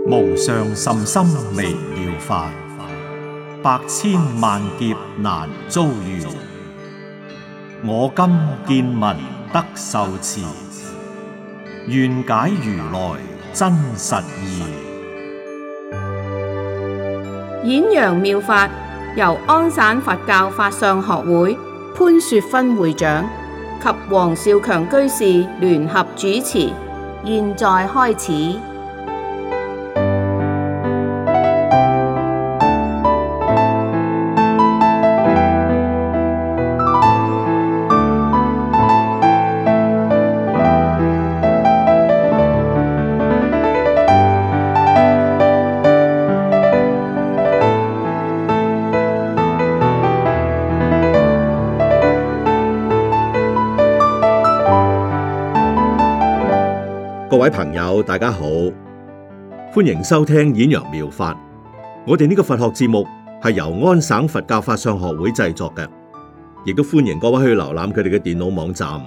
無上甚深微妙法，百千萬劫難遭遇。我今見聞得受持，願解如來真實義。 演揚妙法由安省佛教法相學會潘雪芬會長及黃少強居士聯合主持，現在開始。 各位朋友，大家好，歡迎收聽演揚妙法。我哋呢個佛學節目係由安省佛教法相學會製作嘅，亦都歡迎各位去瀏覽佢哋嘅電腦網站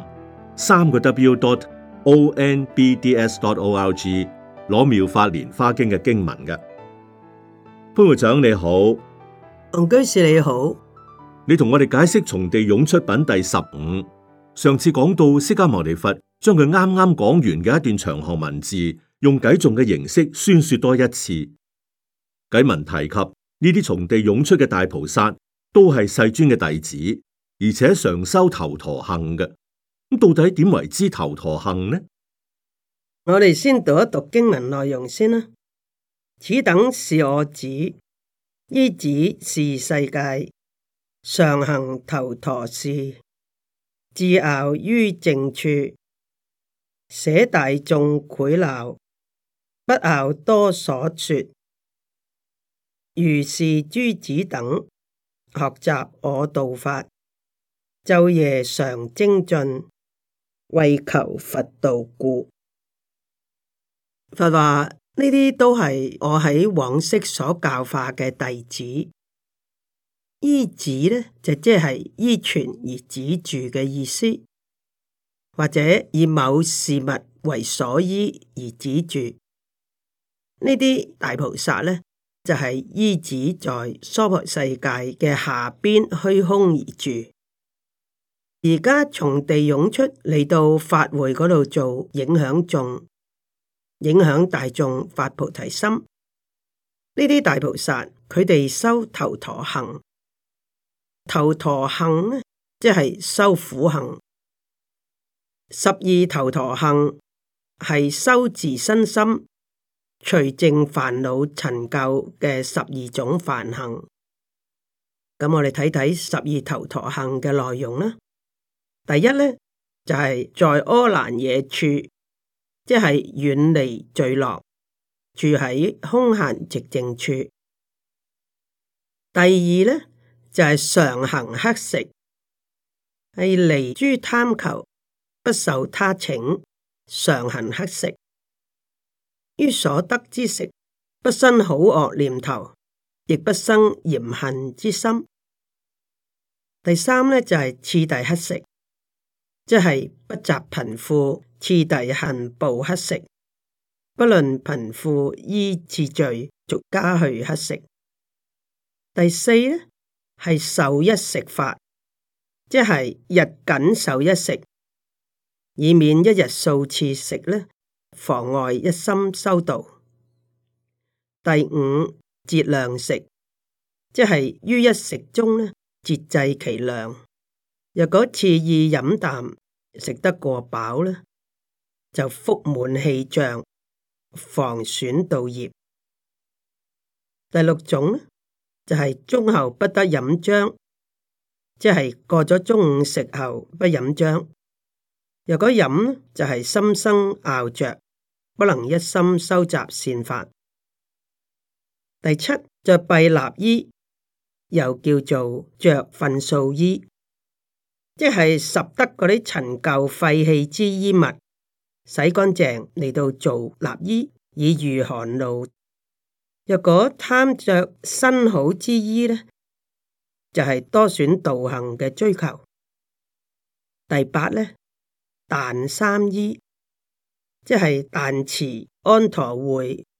3個W.onbds.org 攞妙法蓮花經嘅經文嘅。潘會長你好， 黃居士你好， 你同我哋解釋《從地涌出品》第15。上次講到釋迦牟尼佛將佢啱啱講完嘅一段長行文字，用偈頌嘅形式宣說多一次。偈文提及呢啲從地涌出嘅大菩薩都係世尊嘅弟子，而且常修頭陀行嘅。咁到底點為之頭陀行呢？ 我哋先讀一讀經文內容先啦。此等是我子，依止是世界，常行頭陀事，自樂於靜處，捨大眾詬鬧，不樂多所說。如是諸子等，學習我道法，晝夜常精進，為求佛道故。佛話呢啲都係我喺往昔所教化嘅弟子。依止呢，就即係依存而止住嘅意思，或者以某事物為所依而止住。呢啲大菩薩呢，就係依止在娑婆世界嘅下邊虛空而住。而家從地涌出嚟到法會嗰度做影響眾、影響大眾發菩提心。呢啲大菩薩佢哋修頭陀行。頭陀行呢，即係修苦行。十二頭陀行係修自身心、除淨煩惱塵垢嘅12種梵行。咁我哋睇睇十二頭陀行嘅內容啦。第一呢，就係在阿蘭若處，即係遠離聚落，住喺空閒寂靜處。第二呢，就係常行乞食，係離諸貪求，不受他請，常行乞食。於所得之食，不生好惡念頭，亦不生嫌恨之心。第三呢，就係次第乞食，即係不擇貧富，次第行步乞食，不論貧富依次序逐家去乞食。第四呢，係受一食法，即係日僅受一食，以免一日數次食呢，妨礙一心修道。第五，節量食，即係於一食中呢，節制其量。若果恣意飲啖，食得過飽呢，就腹滿氣脹，妨損道業。第六種呢，就係中後不得飲漿，即係過咗中午食後不飲漿。若果飲就係心生拗着，不能一心收集善法。第七，着蔽衲衣，又叫做着糞掃衣，即係拾得嗰啲陳舊廢棄之衣物，洗乾淨嚟到做衲衣，以御寒露。若果貪着新好之衣呢，就係多損道行嘅追求。第八呢，怛三衣，即係怛池、安陀會、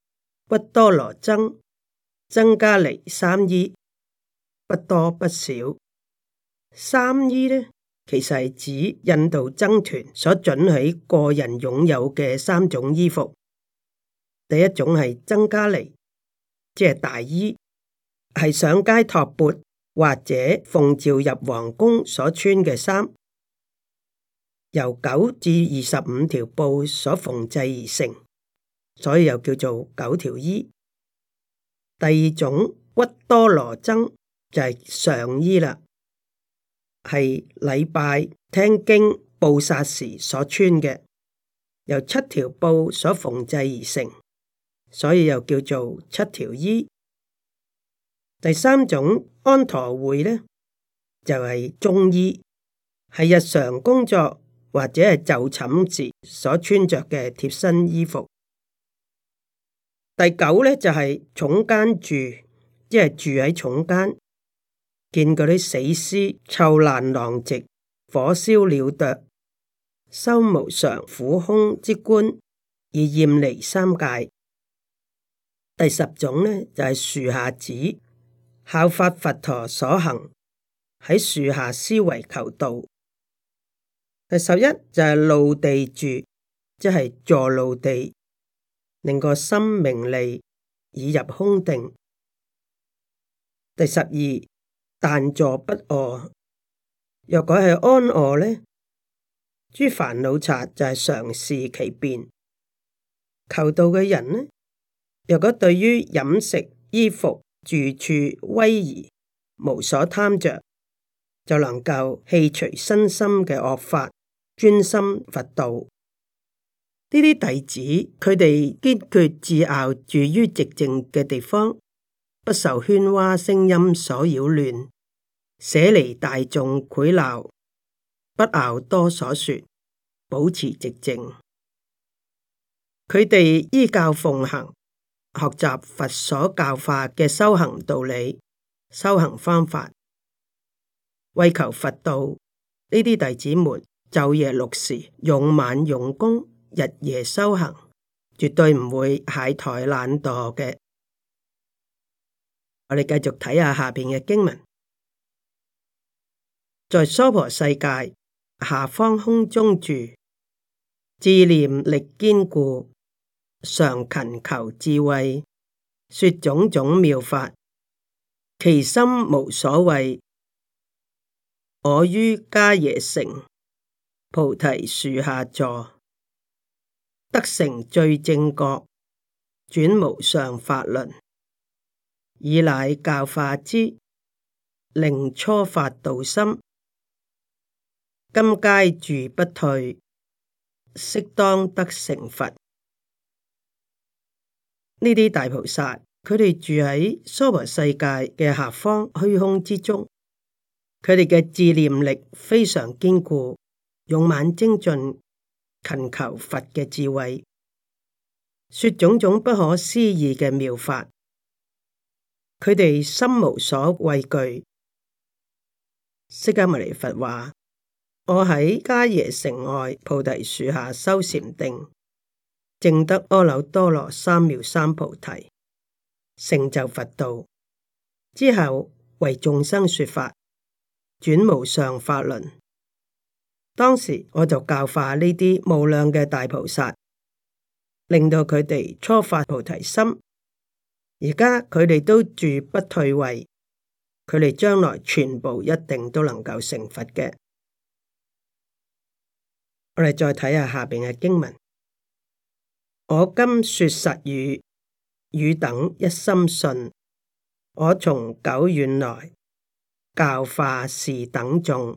鬱多羅僧、僧伽梨三依，不多不少。三依呢，其實係指印度僧團所准許個人擁有嘅三種衣服。第一種係僧伽梨，即係大衣，係上街托缽或者奉詔入皇宮所穿嘅衫，由9至25條布所縫製而成，所以又叫做9條衣。第二種鬱多羅僧就係上衣啦，係禮拜、聽經、布薩時所穿嘅，由7條布所縫製而成，所以又叫做7條衣。第三種安陀會呢，就係中衣，係日常工作或者係就寢時所穿着嘅貼身衣服。第九呢，就係塚間住，即係住喺塚間，見嗰啲死屍臭爛狼藉，火燒了啄，修無常苦空之觀，而厭離三界。第10種呢，就係樹下子，效法佛陀所行，喺樹下思維求道。第11就係露地住，即係坐露地，令個心明利，以入空定。第12但坐不餓，若果係安餓呢，諸煩惱剎就係常視其變。求道嘅人呢，若果對於飲食、衣服、住處、威儀無所貪着，就能夠棄除身心嘅惡法，專心佛道。呢啲弟子，佢哋堅決自拗住於寂靜嘅地方，不受喧嘩聲音所擾亂，捨離大眾詼鬧，不拗多所說，保持寂靜。佢哋依教奉行，學習佛所教化嘅修行道理、修行方法，為求佛道。呢啲弟子們晝夜6時勇猛用功，日夜修行，絕對唔會懈怠懶惰嘅。我哋繼續睇下下邊嘅經文，在娑婆世界下方空中住，志念力堅固，常勤求智慧，說種種妙法，其心無所畏。我於迦耶城菩提樹下坐，得成最正覺，轉無上法輪，以乃教化之，令初發道心。今皆住不退，悉當得成佛。呢啲大菩薩，佢哋住喺娑婆世界嘅下方虛空之中，佢哋嘅志念力非常堅固，勇猛精進，勤求佛嘅智慧，說種種不可思議嘅妙法。佢哋心無所畏懼。釋迦牟尼佛話：我喺迦耶城外菩提樹下修禪定，證得阿耨多羅三藐三菩提，成就佛道之後，為眾生說法，轉無上法輪。當時我就教化呢啲無量嘅大菩薩，令到佢哋初發菩提心。而家佢哋都住不退位，佢哋將來全部一定都能夠成佛嘅。我哋再睇下下邊嘅經文。我今說實語，汝等一心信。我從久遠來教化是等眾。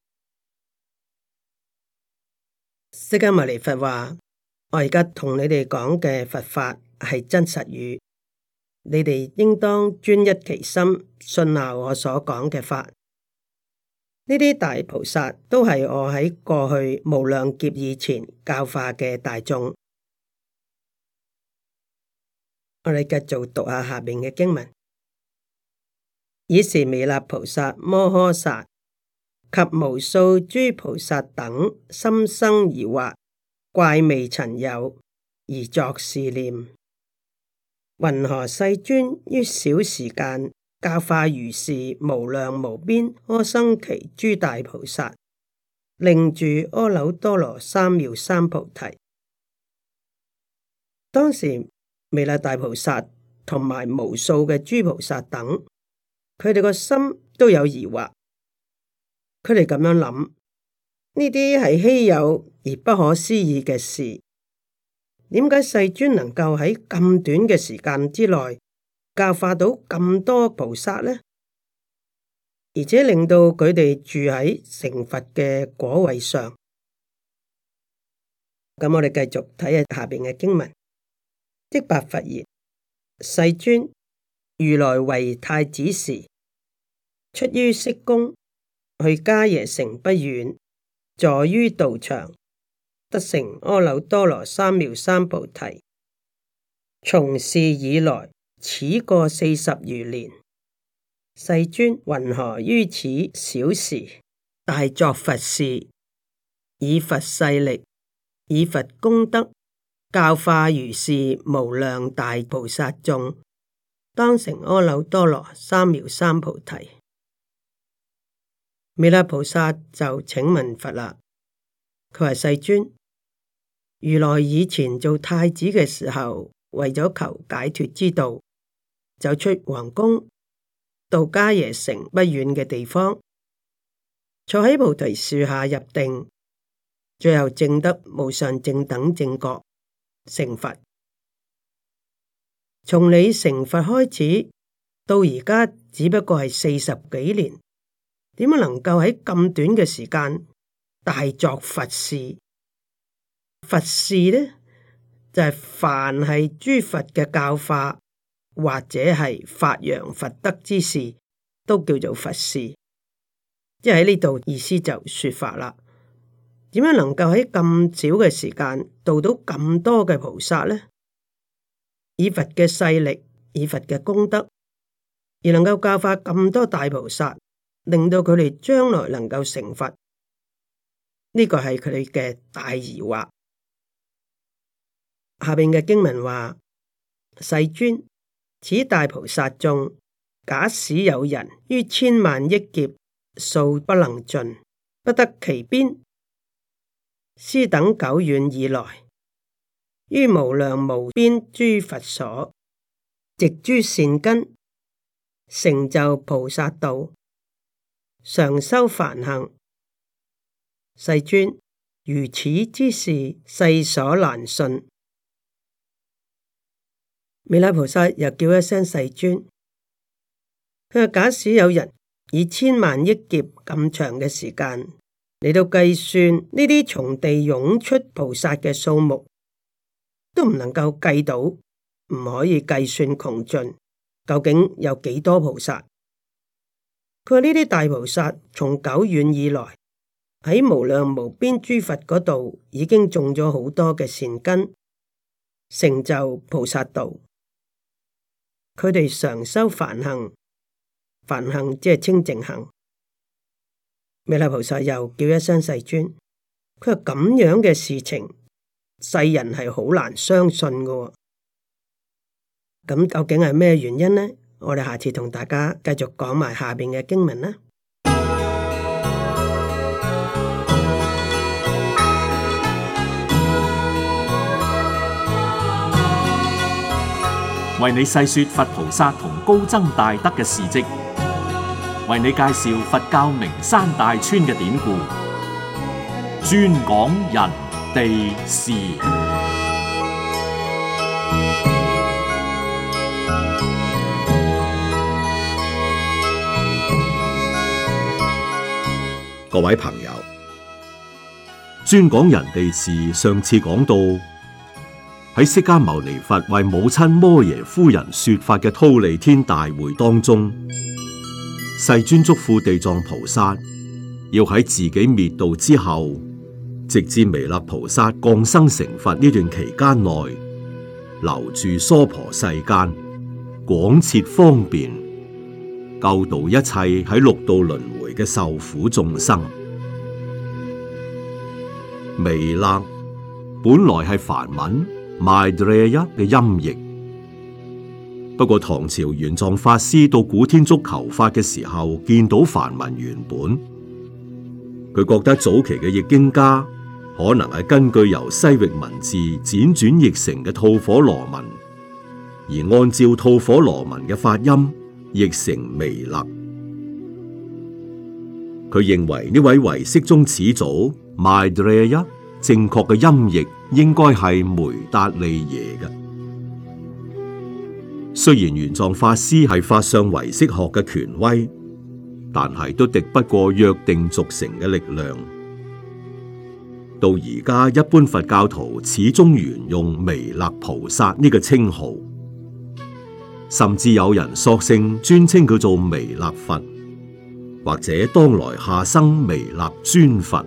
釋迦牟尼佛話：我而家同你哋講嘅佛法係真實語，你哋應當專一其心，信效我所講嘅法。呢啲大菩薩都係我喺過去無量劫以前教化嘅大眾。我哋繼續讀下下面嘅經文。爾時彌勒菩薩摩訶薩及無數諸菩薩等心生疑惑，怪味陳有，而作是念： 云何世尊於小時間教化如是無量無邊阿僧祇諸大菩薩，令住阿耨多羅三藐三菩提。當時彌勒大菩薩同埋無數嘅諸菩薩等，佢哋個心都有疑惑，佢哋咁樣諗：呢啲係稀有而不可思議嘅事，點解世尊能夠喺咁短嘅時間之內教化到咁多菩薩呢？而且令到佢哋住喺成佛嘅果位上。咁我哋繼續睇下下邊嘅經文。即白佛言：世尊，如來為太子時，出於色宮，去迦耶城不遠，坐於道場，得成阿耨多羅三藐三菩提。從是以來，此過40餘年，世尊云何於此小時大作佛事，以佛勢力，以佛功德，教化如是無量大菩薩眾，當成阿耨多羅三藐三菩提。彌勒菩薩就請問佛啦，佢話：世尊，如來以前做太子嘅時候，為咗求解脫之道，走出皇宮，到迦耶城不遠嘅地方，坐喺菩提樹下入定，最後證得無上正等正覺，成佛。從你成佛開始到而家，只不過係40幾年，點樣能夠喺咁短嘅時間大作佛事？佛事呢，就係凡係諸佛嘅教化或者係發揚佛德之事，都叫做佛事。即係喺呢度意思就說法啦。點樣能夠喺咁少嘅時間度到咁多嘅菩薩呢？以佛嘅勢力，以佛嘅功德，而能夠教化咁多大菩薩，令到佢哋將來能夠成佛，呢個係佢哋嘅大疑惑。下邊嘅經文話：世尊，此大菩薩眾，假使有人於千萬億劫數不能盡，不得其邊，斯等久遠以來，於無量無邊諸佛所，植諸善根，成就菩薩道，常修梵行。世尊，如此之事，世所難信。彌勒菩薩又叫一聲世尊，佢話：假使有人以千萬億劫咁長嘅時間嚟到計算呢啲從地湧出菩薩嘅數目，都唔能夠計到，唔可以計算窮盡，究竟有幾多菩薩？佢話呢啲大菩薩從久遠以來喺無量無邊諸佛嗰度已經種咗好多嘅善根，成就菩薩道。佢哋常修梵行，梵行即係清淨行。彌勒菩薩又叫一聲世尊，佢話咁樣嘅事情，世人係好難相信嘅。咁究竟係咩原因呢？我哋下次同大家繼續講埋下邊嘅經文啦。 為你細說佛菩薩同高僧大德嘅事跡，為你介紹佛教名山大川嘅典故，專講人地事。 各位朋友，專講人地事。上次講到喺釋迦牟尼佛為母親摩耶夫人說法嘅忉利天大會當中，世尊囑咐地藏菩薩要喺自己滅度之後，直至彌勒菩薩降生成佛呢段期間內，留住娑婆世間，廣設方便，救度一切喺六道輪迴嘅受苦眾生。彌勒本來係梵文 Maitreya 嘅音譯， 不過唐朝玄奘法師到古天竺求法嘅時候，見到梵文原本，佢覺得早期嘅譯經家可能係根據由西域文字輾轉譯成嘅吐火羅文，而按照吐火羅文嘅發音譯成彌勒。佢認為呢位唯識宗始祖 Maitreya 正確嘅音譯應該係梅達利耶嘅。雖然玄奘法師係法相唯識學嘅權威，但係都敵不過約定俗成嘅力量。到而家一般佛教徒始終沿用彌勒菩薩呢個稱號，甚至有人索性專稱佢做彌勒佛，或者當來下生彌勒尊佛。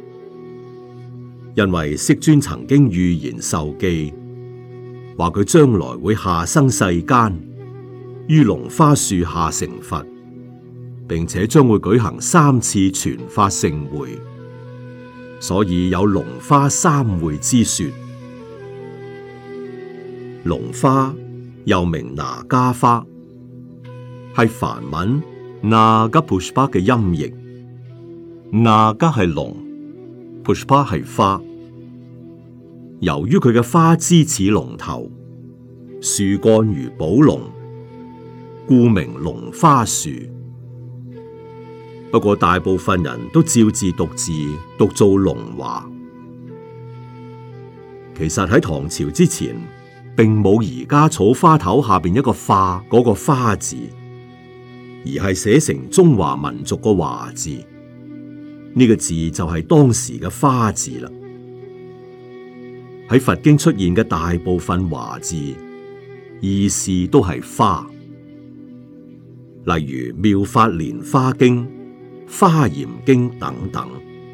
因為釋尊曾經預言授記，話佢將來會下生世間，於龍花樹下成佛，並且將會舉行3次傳法盛會，所以有龍花3會之說。龍花又名那加花，係梵文那加 Pushpa 嘅音譯。那加係龍，Pushpa 係花。由於佢嘅花枝似龍頭，樹幹如寶龍，故名龍花樹。不過大部分人都照字讀字，讀做龍華。其實喺唐朝之前，並冇而家草花頭下邊一個花嗰個花字，而係寫成中華民族個華字。呢個字就係當時嘅花字啦。喺佛經出現嘅大部分華字，意思都係花，例如《妙法蓮花經》、《華嚴經》等等。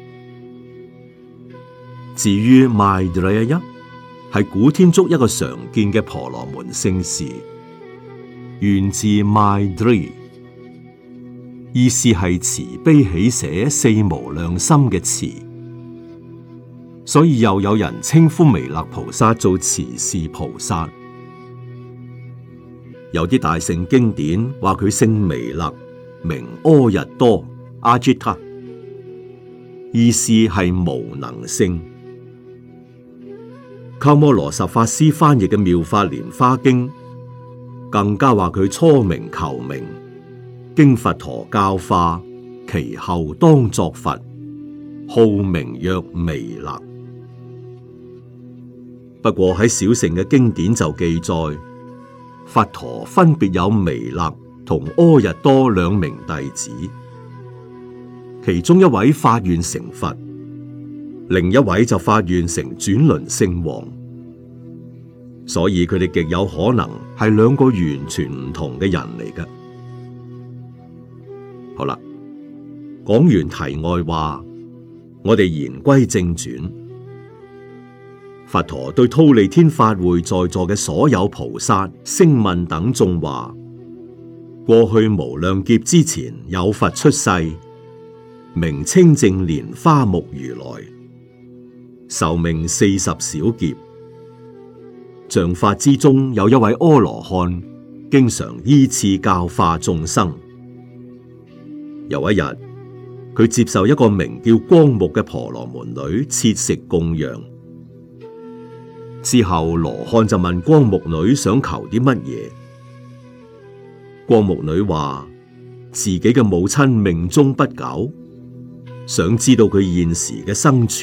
至於 Maitreya 係古天竺一個常見嘅婆羅門姓氏，源自 Maitri， 意思係慈悲喜捨四無量心嘅慈。所以又有人稱呼彌勒菩薩做慈氏菩薩。有啲大乘經典話佢姓彌勒，名阿逸多 Ajita， 意思係無能勝。鳩摩羅什法師翻譯嘅《妙法蓮花經》更加話佢初名求名，經佛陀教化，其後當作佛，號名曰彌勒。不過喺小乘嘅經典就記載，佛陀分別有彌勒同阿逸多兩名弟子，其中一位發願成佛，另一位就發願成轉輪聖王，所以佢哋極有可能係兩個完全唔同嘅人嚟嘅。好啦，講完題外話，我哋言歸正傳。佛陀對忉利天法會在座嘅所有菩薩、聲聞等眾話：過去無量劫之前有佛出世，名清淨蓮花目如來，壽命40小劫。像法之中有一位阿羅漢，經常依次教化眾生。有一日，佢接受一個名叫光目嘅婆羅門女切食供養。之後羅漢就問光目女想求啲乜嘢。光目女話自己嘅母親命終不久，想知道佢現時嘅生處。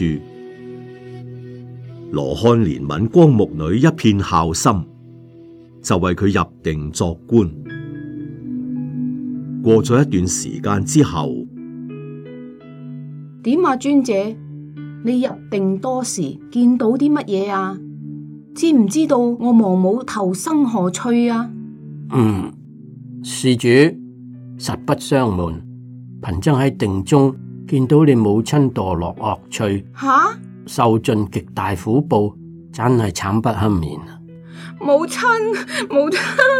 羅漢憐憫光目女一片孝心，就為佢入定作觀。過咗一段時間之後， 點啊尊者，你入定多時見到啲乜嘢啊？知唔知道我亡母投生何趣啊？ 施主實不相瞞，貧僧喺定中見到你母親墮落惡趣，受盡極大苦報，真係慘不堪言啊！ 母親，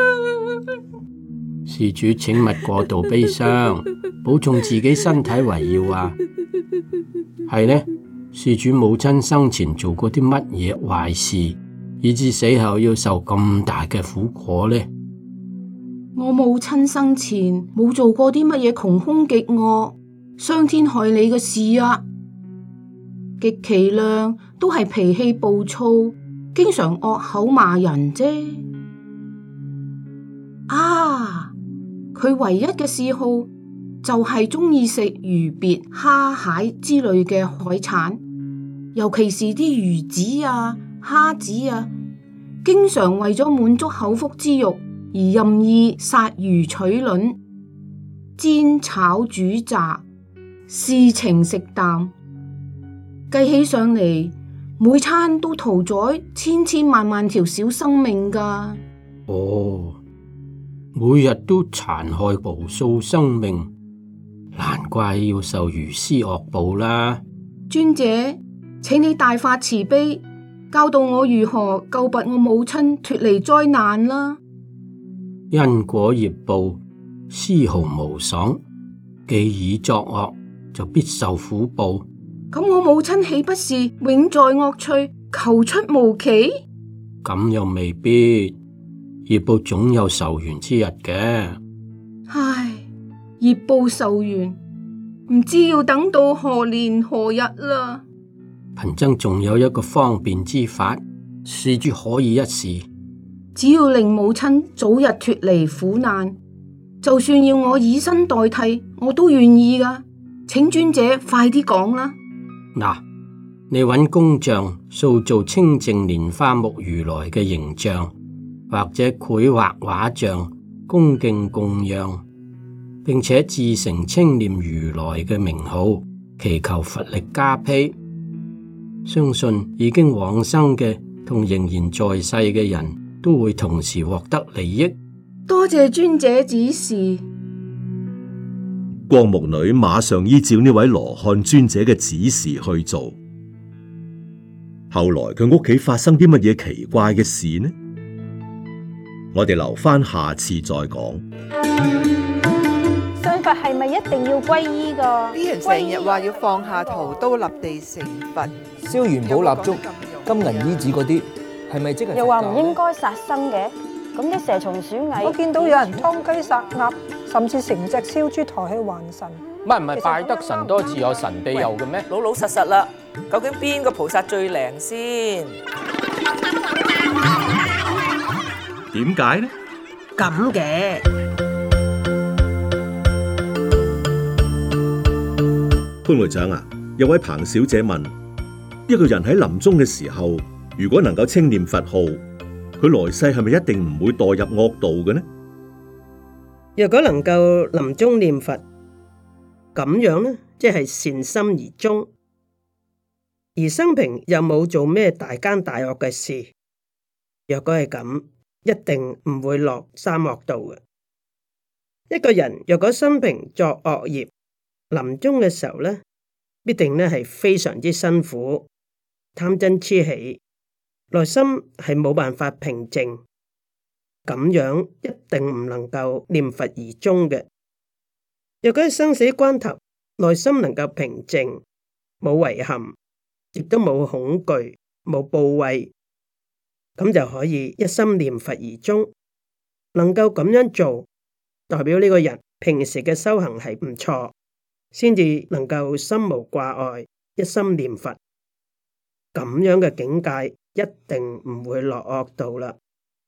施主請勿過度悲傷，保重自己身體為要啊！係呢，施主母親生前做過啲乜嘢壞事，以致死後要受咁大嘅苦果呢？ 我母親生前冇做過啲乜嘢窮兇極惡、傷天害理嘅事啊，極其量都係脾氣暴躁，經常惡口罵人啫。啊，佢唯一嘅嗜好就係鍾意食魚鱉、蝦蟹之類嘅海產，尤其是啲魚子啊、蝦子啊，經常為咗滿足口腹之欲而任意殺魚取卵、煎炒煮炸，事情食淡，計起上嚟，每餐都屠宰千萬條小生命噶。 哦，每日都殘害無數生命，難怪要受如斯惡報啦。 尊者，請你大發慈悲，教導我如何救拔我母親脫離災難啦。 因果業報，絲毫無爽，既已作惡，就必受苦報。 咁我母親豈不是永在惡趣，求出無期？ 咁又未必，業報總有受完之日嘅。 唉，業報受完，唔知要等到何年何日啦。 貧僧仲有一個方便之法，施主可以一試。 只要令母親早日脫離苦難，就算要我以身代替，我都願意噶。請尊者快啲講啦。 嗱，你搵工匠塑造清淨蓮花目如來嘅形象，或者繪畫畫像，恭敬供養，並且自成稱念如來嘅名號，祈求佛力加被。相信已經往生嘅同仍然在世嘅人都會同時獲得利益。 多謝尊者指示。 光目女馬上依照呢位羅漢尊者嘅指示去做。後來佢屋企發生啲乜嘢奇怪嘅事呢？我哋留返下次再講。 信佛係咪一定要皈依㗎？ 啲人成日話要放下屠刀立地成佛， 燒元寶蠟燭、金銀衣紙嗰啲，係咪即係？ 又話唔應該殺生嘅，咁啲蛇蟲鼠蟻， 我見到有人劏雞殺鴨，甚至成隻燒豬抬去還神。 唔係拜得神多自有神庇佑嘅咩？ 老老實實啦，究竟邊個菩薩最靈先？ 點解呢？ 咁嘅潘會長啊，有位彭小姐問：一個人喺臨終嘅時候，如果能夠稱念佛號，佢來世係咪一定唔會墮入惡道嘅呢？ 若果能夠臨終念佛，咁樣呢，即係善心而終，而生平又冇做咩大奸大惡嘅事。若果係咁，一定唔會落三惡道嘅。一個人若果生平作惡業，臨終嘅時候呢，必定呢係非常之辛苦，貪嗔癡喜，內心係冇辦法平靜，咁樣一定唔能夠念佛而終嘅。若果喺生死關頭，內心能夠平靜，冇遺憾，亦都冇恐懼，冇怖畏，咁就可以一心念佛而終。能夠咁樣做，代表呢個人平時嘅修行係唔錯，先至能夠心無掛礙，一心念佛。咁樣嘅境界一定唔會落惡道啦。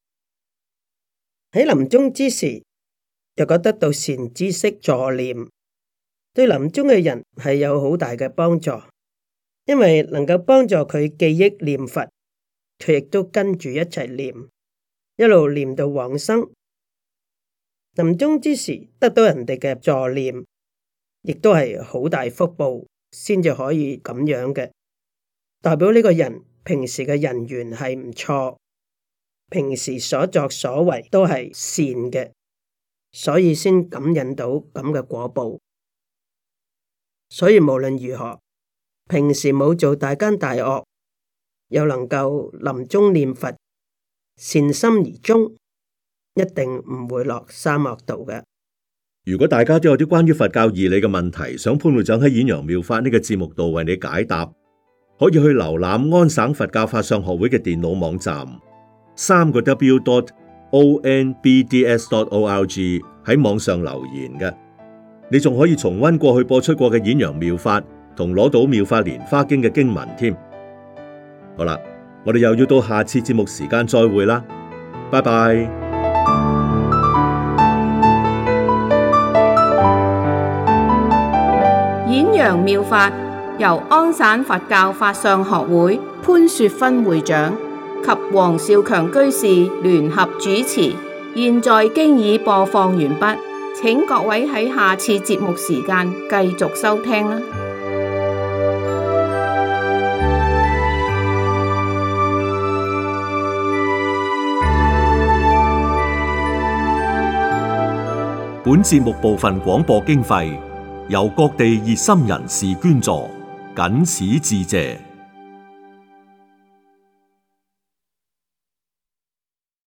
喺臨終之時，若果得到善知識助念，對臨終嘅人係有好大嘅幫助，因為能夠幫助佢記憶念佛，佢亦都跟住一齊念，一路念到往生。臨終之時得到人哋嘅助念，亦都係好大福報，先至可以咁樣嘅，代表呢個人平時嘅人緣係唔錯，平時所作所為都係善嘅，所以先感應到咁嘅果報。所以無論如何，平時冇做大奸大惡，又能夠臨終念佛，善心而終，一定唔會落三惡道嘅。 如果大家都有啲關於佛教義理嘅問題，想潘會長喺演揚妙法呢個節目度為你解答，可以去瀏覽安省佛教法相學會嘅電腦網站，3個W onbds.org 喺網上留言嘅。你仲可以重溫過去播出過嘅演揚妙法，同攞到妙法蓮華經嘅經文添。好啦，我哋又要到下次節目時間再會啦，拜拜。 演揚妙法由安省佛教法相學會潘雪芬會長及黃少強居士聯合主持，現在經已播放完畢，請各位喺下次節目時間繼續收聽啦。 本節目部分廣播經費由各地熱心人士捐助，謹此致謝。